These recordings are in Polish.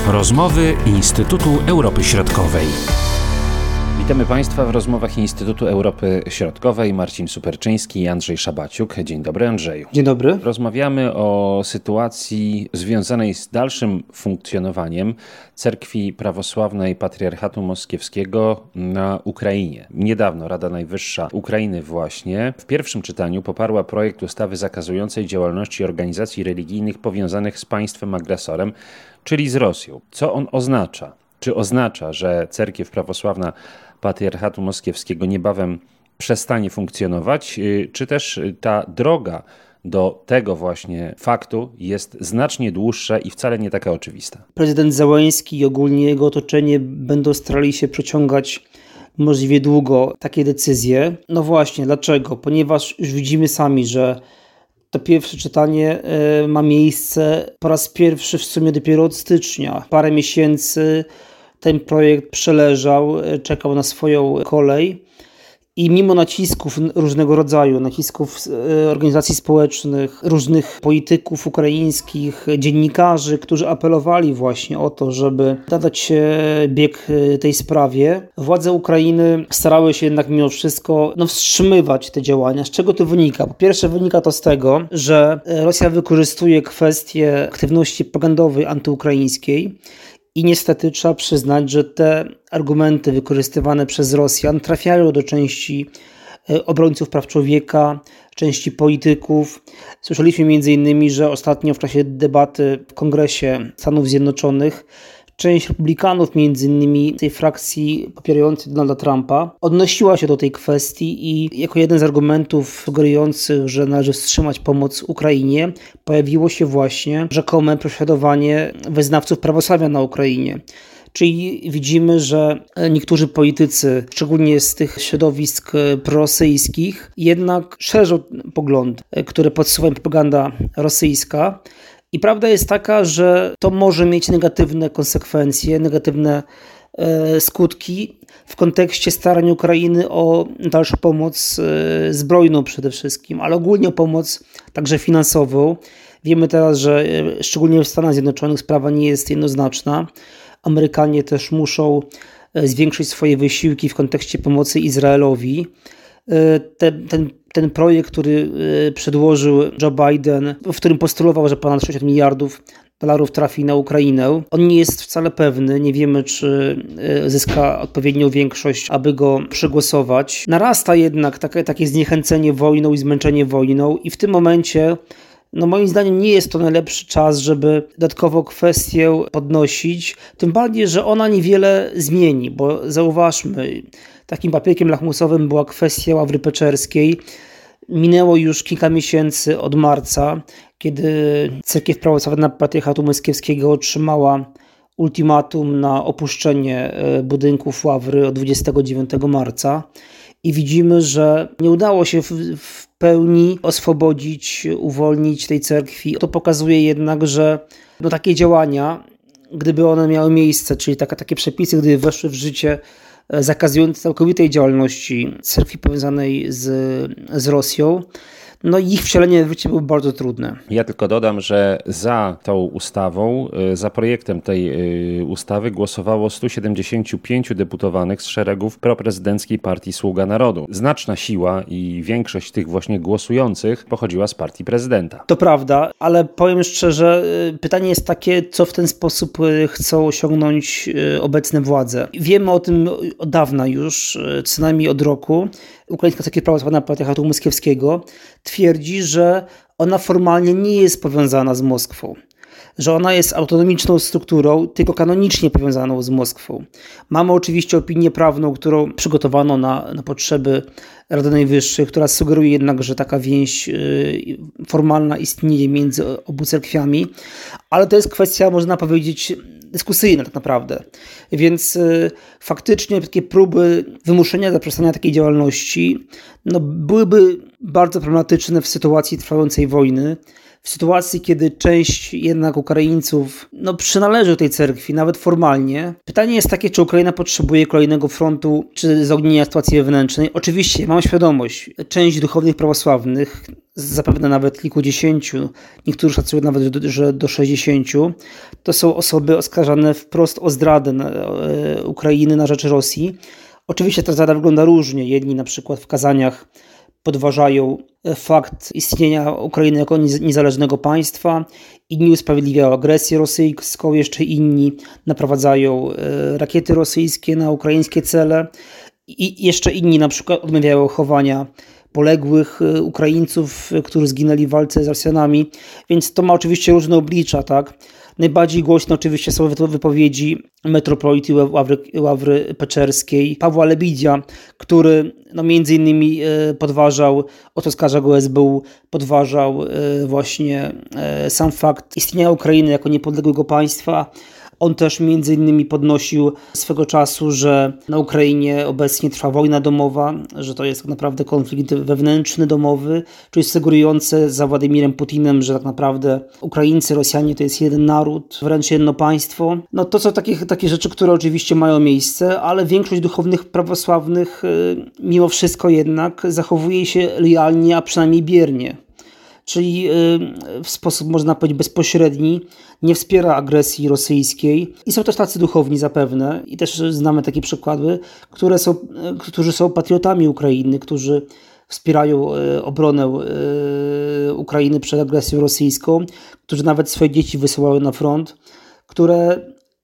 Rozmowy Instytutu Europy Środkowej. Witamy Państwa w rozmowach Instytutu Europy Środkowej. Marcin Superczyński i Andrzej Szabaciuk. Dzień dobry, Andrzeju. Dzień dobry. Rozmawiamy o sytuacji związanej z dalszym funkcjonowaniem Cerkwi Prawosławnej Patriarchatu Moskiewskiego na Ukrainie. Niedawno Rada Najwyższa Ukrainy właśnie w pierwszym czytaniu poparła projekt ustawy zakazującej działalności organizacji religijnych powiązanych z państwem agresorem, czyli z Rosją. Co on oznacza? Czy oznacza, że Cerkiew Prawosławna Patriarchatu Moskiewskiego niebawem przestanie funkcjonować, czy też ta droga do tego właśnie faktu jest znacznie dłuższa i wcale nie taka oczywista? Prezydent Zełenski i ogólnie jego otoczenie będą starali się przeciągać możliwie długo takie decyzje. No właśnie, dlaczego? Ponieważ już widzimy sami, że to pierwsze czytanie ma miejsce po raz pierwszy w sumie dopiero od stycznia. Parę miesięcy ten projekt przeleżał, czekał na swoją kolej i mimo nacisków różnego rodzaju, nacisków organizacji społecznych, różnych polityków ukraińskich, dziennikarzy, którzy apelowali właśnie o to, żeby nadać bieg tej sprawie, władze Ukrainy starały się jednak mimo wszystko wstrzymywać te działania. Z czego to wynika? Po pierwsze wynika to z tego, że Rosja wykorzystuje kwestię aktywności propagandowej antyukraińskiej. I niestety trzeba przyznać, że te argumenty wykorzystywane przez Rosjan trafiają do części obrońców praw człowieka, części polityków. Słyszeliśmy m.in., że ostatnio w czasie debaty w Kongresie Stanów Zjednoczonych część republikanów, m.in. tej frakcji popierającej Donalda Trumpa, odnosiła się do tej kwestii i jako jeden z argumentów sugerujących, że należy wstrzymać pomoc Ukrainie, pojawiło się właśnie rzekome prześladowanie wyznawców prawosławia na Ukrainie. Czyli widzimy, że niektórzy politycy, szczególnie z tych środowisk prorosyjskich, jednak szerzą poglądy, które podsuwa propaganda rosyjska. I prawda jest taka, że to może mieć negatywne konsekwencje, negatywne skutki w kontekście starań Ukrainy o dalszą pomoc zbrojną przede wszystkim, ale ogólnie o pomoc także finansową. Wiemy teraz, że szczególnie w Stanach Zjednoczonych sprawa nie jest jednoznaczna. Amerykanie też muszą zwiększyć swoje wysiłki w kontekście pomocy Izraelowi. Ten projekt, który przedłożył Joe Biden, w którym postulował, że ponad 60 miliardów dolarów trafi na Ukrainę, on nie jest wcale pewny. Nie wiemy, czy zyska odpowiednią większość, aby go przegłosować. Narasta jednak takie zniechęcenie wojną i zmęczenie wojną i w tym momencie moim zdaniem nie jest to najlepszy czas, żeby dodatkowo kwestię podnosić, tym bardziej, że ona niewiele zmieni, bo zauważmy, takim papierkiem lakmusowym była kwestia Ławry Peczerskiej. Minęło już kilka miesięcy od marca, kiedy Cerkiew Prawosławna Patriarchatu Moskiewskiego otrzymała ultimatum na opuszczenie budynków Ławry od 29 marca i widzimy, że nie udało się w pełni oswobodzić, uwolnić tej cerkwi. To pokazuje jednak, że takie działania, gdyby one miały miejsce, czyli takie przepisy, gdyby weszły w życie, zakazujące całkowitej działalności cerkwi powiązanej z Rosją, ich wcielenie w życie było bardzo trudne. Ja tylko dodam, że za tą ustawą, za projektem tej ustawy głosowało 175 deputowanych z szeregów proprezydenckiej partii Sługa Narodu. Znaczna siła i większość tych właśnie głosujących pochodziła z partii prezydenta. To prawda, ale powiem szczerze, pytanie jest takie, co w ten sposób chcą osiągnąć obecne władze. Wiemy o tym od dawna już, co najmniej od roku. Ukraińska Cerkiew Prawosławna Patriarchatu Moskiewskiego twierdzi, że ona formalnie nie jest powiązana z Moskwą, że ona jest autonomiczną strukturą, tylko kanonicznie powiązaną z Moskwą. Mamy oczywiście opinię prawną, którą przygotowano na potrzeby Rady Najwyższej, która sugeruje jednak, że taka więź formalna istnieje między obu cerkwiami, ale to jest kwestia, można powiedzieć, dyskusyjna tak naprawdę. Więc faktycznie takie próby wymuszenia zaprzestania takiej działalności byłyby bardzo problematyczne w sytuacji trwającej wojny, w sytuacji, kiedy część jednak Ukraińców przynależy do tej cerkwi, nawet formalnie. Pytanie jest takie, czy Ukraina potrzebuje kolejnego frontu, czy zaognienia sytuacji wewnętrznej. Oczywiście mam świadomość, część duchownych prawosławnych zapewne nawet kilkudziesięciu, niektórzy szacują nawet, że do 60, to są osoby oskarżane wprost o zdradę Ukrainy na rzecz Rosji. Oczywiście ta zdrada wygląda różnie. Jedni na przykład w kazaniach podważają fakt istnienia Ukrainy jako niezależnego państwa, inni usprawiedliwiają agresję rosyjską, jeszcze inni naprowadzają rakiety rosyjskie na ukraińskie cele i jeszcze inni na przykład odmawiają chowania poległych Ukraińców, którzy zginęli w walce z Rosjanami, więc to ma oczywiście różne oblicza, tak? Najbardziej głośne oczywiście są wypowiedzi metropolity Ławry Peczerskiej, Pawła Lebidzia, który między innymi podważał, oto oskarża go SBU, podważał właśnie sam fakt istnienia Ukrainy jako niepodległego państwa. On też między innymi podnosił swego czasu, że na Ukrainie obecnie trwa wojna domowa, że to jest tak naprawdę konflikt wewnętrzny, domowy, czyli sugerujące za Władimirem Putinem, że tak naprawdę Ukraińcy, Rosjanie to jest jeden naród, wręcz jedno państwo. No to są takie rzeczy, które oczywiście mają miejsce, ale większość duchownych prawosławnych mimo wszystko jednak zachowuje się lojalnie, a przynajmniej biernie. Czyli w sposób, można powiedzieć, bezpośredni, nie wspiera agresji rosyjskiej. I są też tacy duchowni zapewne, i też znamy takie przykłady, którzy są patriotami Ukrainy, którzy wspierają obronę Ukrainy przed agresją rosyjską, którzy nawet swoje dzieci wysyłają na front, które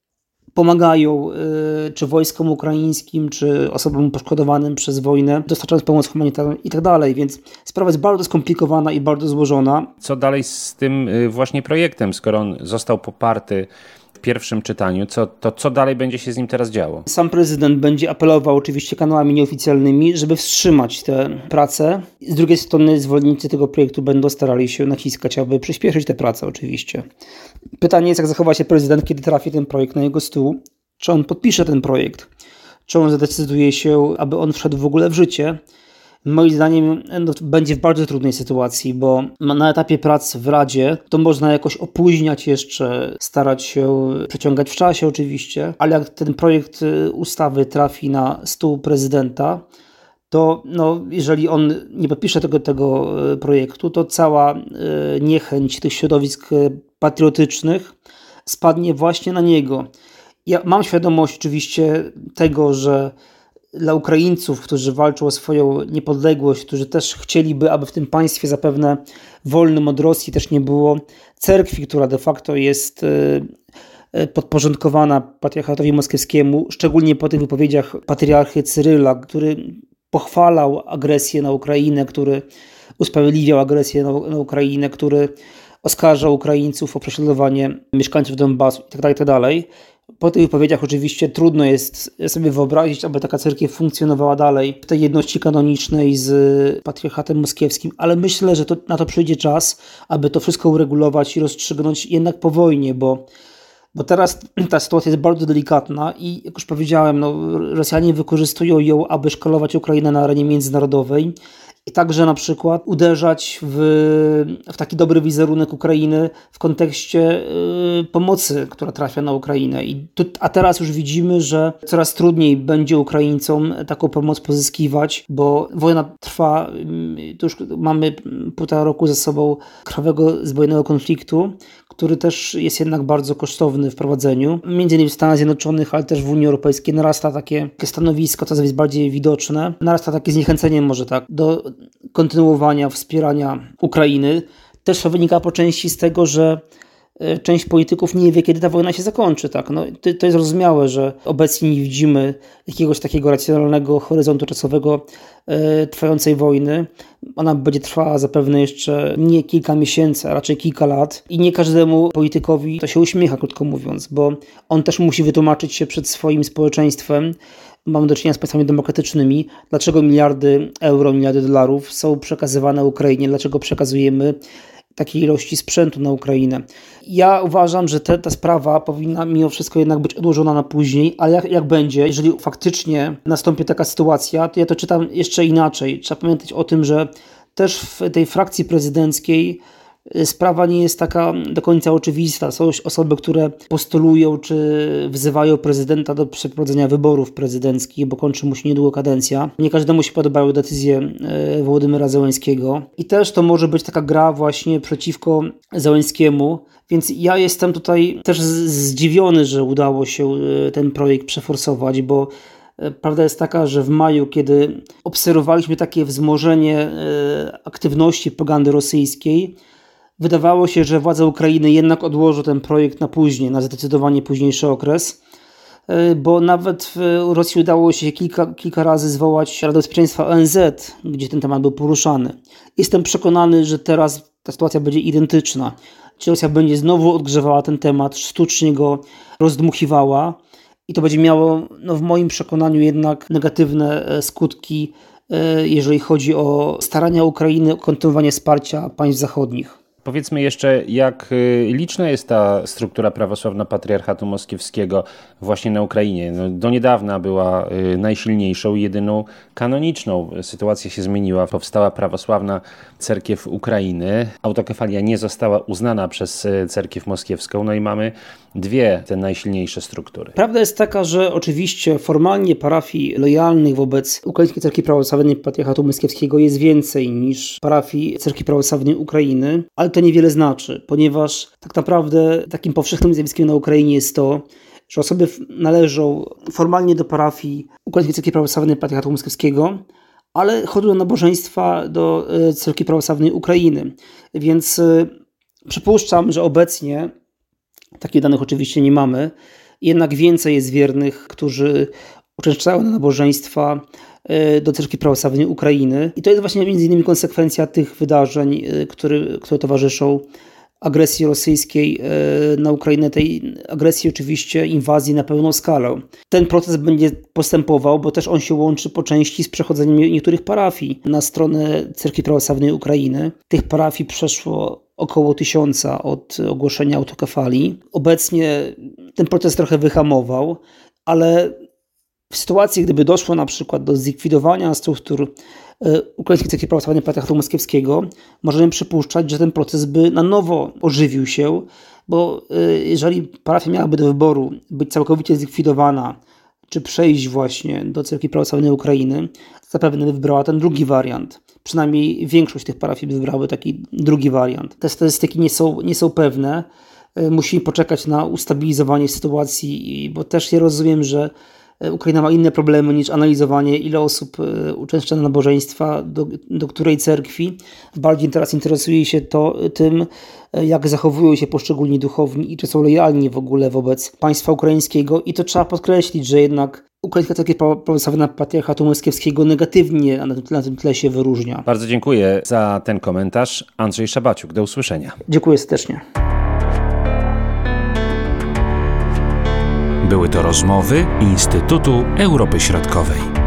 pomagają czy wojskom ukraińskim, czy osobom poszkodowanym przez wojnę, dostarczając pomoc humanitarną i tak dalej, więc sprawa jest bardzo skomplikowana i bardzo złożona. Co dalej z tym właśnie projektem, skoro on został poparty w pierwszym czytaniu, co dalej będzie się z nim teraz działo? Sam prezydent będzie apelował oczywiście kanałami nieoficjalnymi, żeby wstrzymać tę pracę. Z drugiej strony zwolennicy tego projektu będą starali się naciskać, aby przyspieszyć tę pracę oczywiście. Pytanie jest, jak zachowa się prezydent, kiedy trafi ten projekt na jego stół. Czy on podpisze ten projekt? Czy on zadecyduje się, aby on wszedł w ogóle w życie? Moim zdaniem będzie w bardzo trudnej sytuacji, bo na etapie prac w Radzie to można jakoś opóźniać jeszcze, starać się przeciągać w czasie oczywiście, ale jak ten projekt ustawy trafi na stół prezydenta, to jeżeli on nie podpisze tego projektu, to cała niechęć tych środowisk patriotycznych spadnie właśnie na niego. Ja mam świadomość oczywiście tego, że dla Ukraińców, którzy walczą o swoją niepodległość, którzy też chcieliby, aby w tym państwie zapewne wolnym od Rosji też nie było cerkwi, która de facto jest podporządkowana patriarchatowi moskiewskiemu, szczególnie po tych wypowiedziach patriarchy Cyryla, który pochwalał agresję na Ukrainę, który usprawiedliwiał agresję na Ukrainę, który oskarżał Ukraińców o prześladowanie mieszkańców Donbasu itd. Po tych wypowiedziach oczywiście trudno jest sobie wyobrazić, aby taka cerkiew funkcjonowała dalej w tej jedności kanonicznej z patriarchatem moskiewskim, ale myślę, że na to przyjdzie czas, aby to wszystko uregulować i rozstrzygnąć jednak po wojnie, bo teraz ta sytuacja jest bardzo delikatna i jak już powiedziałem, Rosjanie wykorzystują ją, aby szkalować Ukrainę na arenie międzynarodowej i także na przykład uderzać w taki dobry wizerunek Ukrainy w kontekście pomocy, która trafia na Ukrainę. A teraz już widzimy, że coraz trudniej będzie Ukraińcom taką pomoc pozyskiwać, bo wojna trwa, to już mamy 1,5 roku za sobą krwawego, zbrojnego konfliktu, który też jest jednak bardzo kosztowny w prowadzeniu. Między innymi w Stanach Zjednoczonych, ale też w Unii Europejskiej narasta takie stanowisko, coraz jest bardziej widoczne. Narasta takie zniechęcenie może tak do kontynuowania wspierania Ukrainy. Też to wynika po części z tego, że część polityków nie wie, kiedy ta wojna się zakończy. Tak? To jest zrozumiałe, że obecnie nie widzimy jakiegoś takiego racjonalnego horyzontu czasowego trwającej wojny. Ona będzie trwała zapewne jeszcze nie kilka miesięcy, a raczej kilka lat. I nie każdemu politykowi to się uśmiecha, krótko mówiąc, bo on też musi wytłumaczyć się przed swoim społeczeństwem. Mamy do czynienia z państwami demokratycznymi. Dlaczego miliardy euro, miliardy dolarów są przekazywane Ukrainie? Dlaczego przekazujemy takiej ilości sprzętu na Ukrainę? Ja uważam, że ta sprawa powinna mimo wszystko jednak być odłożona na później, ale jak będzie, jeżeli faktycznie nastąpi taka sytuacja, to ja to czytam jeszcze inaczej. Trzeba pamiętać o tym, że też w tej frakcji prezydenckiej sprawa nie jest taka do końca oczywista. Są osoby, które postulują czy wzywają prezydenta do przeprowadzenia wyborów prezydenckich, bo kończy mu się niedługo kadencja. Nie każdemu się podobają decyzje Wołodymyra Zełenskiego i też to może być taka gra właśnie przeciwko Zełenskiemu, więc ja jestem tutaj też zdziwiony, że udało się ten projekt przeforsować, bo prawda jest taka, że w maju, kiedy obserwowaliśmy takie wzmożenie aktywności propagandy rosyjskiej, wydawało się, że władze Ukrainy jednak odłożą ten projekt na później, na zdecydowanie późniejszy okres, bo nawet w Rosji udało się kilka razy zwołać Radę Bezpieczeństwa ONZ, gdzie ten temat był poruszany. Jestem przekonany, że teraz ta sytuacja będzie identyczna. Czy Rosja będzie znowu odgrzewała ten temat, sztucznie go rozdmuchiwała i to będzie miało, w moim przekonaniu, jednak negatywne skutki, jeżeli chodzi o starania Ukrainy o kontynuowanie wsparcia państw zachodnich. Powiedzmy jeszcze, jak liczna jest ta struktura prawosławna Patriarchatu Moskiewskiego właśnie na Ukrainie. Do niedawna była najsilniejszą i jedyną kanoniczną. Sytuacja się zmieniła. Powstała prawosławna cerkiew Ukrainy. Autokefalia nie została uznana przez cerkiew moskiewską. I mamy dwie te najsilniejsze struktury. Prawda jest taka, że oczywiście formalnie parafii lojalnych wobec Ukraińskiej Cerkwi Prawosławnej Patriarchatu Moskiewskiego jest więcej niż parafii Cerkwi Prawosławnej Ukrainy, ale to niewiele znaczy, ponieważ tak naprawdę takim powszechnym zjawiskiem na Ukrainie jest to, że osoby należą formalnie do parafii Ukraińskiej Cerkwi Prawosławnej Patriarchatu Moskiewskiego, ale chodzą na nabożeństwa do Cerkwi Prawosławnej Ukrainy. Więc przypuszczam, że obecnie, takich danych oczywiście nie mamy, jednak więcej jest wiernych, którzy uczęszczają na nabożeństwa do Cerkwi Prawosławnej Ukrainy. I to jest właśnie między innymi konsekwencja tych wydarzeń, które towarzyszą agresji rosyjskiej na Ukrainę, tej agresji oczywiście inwazji na pełną skalę. Ten proces będzie postępował, bo też on się łączy po części z przechodzeniem niektórych parafii na stronę Cerkwi Prawosławnej Ukrainy. Tych parafii przeszło około 1000 od ogłoszenia autokefalii. Obecnie ten proces trochę wyhamował, ale w sytuacji, gdyby doszło na przykład do zlikwidowania struktur Ukraińskiej Cerkwi Prawosławnej Patriarchatu Moskiewskiego, możemy przypuszczać, że ten proces by na nowo ożywił się, bo jeżeli parafia miałaby do wyboru być całkowicie zlikwidowana, czy przejść właśnie do Cerkwi Prawosławnej Ukrainy, zapewne by wybrała ten drugi wariant. Przynajmniej większość tych parafii by wybrały taki drugi wariant. Te statystyki nie są pewne. Musimy poczekać na ustabilizowanie sytuacji, bo też ja rozumiem, że Ukraina ma inne problemy niż analizowanie, ile osób uczęszcza na nabożeństwa, do której cerkwi. Bardziej teraz interesuje się tym, jak zachowują się poszczególni duchowni i czy są lojalni w ogóle wobec państwa ukraińskiego. I to trzeba podkreślić, że jednak Ukraińska Cerkiew Prawosławna Patriarchatu Moskiewskiego negatywnie na tym tle się wyróżnia. Bardzo dziękuję za ten komentarz. Andrzej Szabaciuk, do usłyszenia. Dziękuję serdecznie. Były to rozmowy Instytutu Europy Środkowej.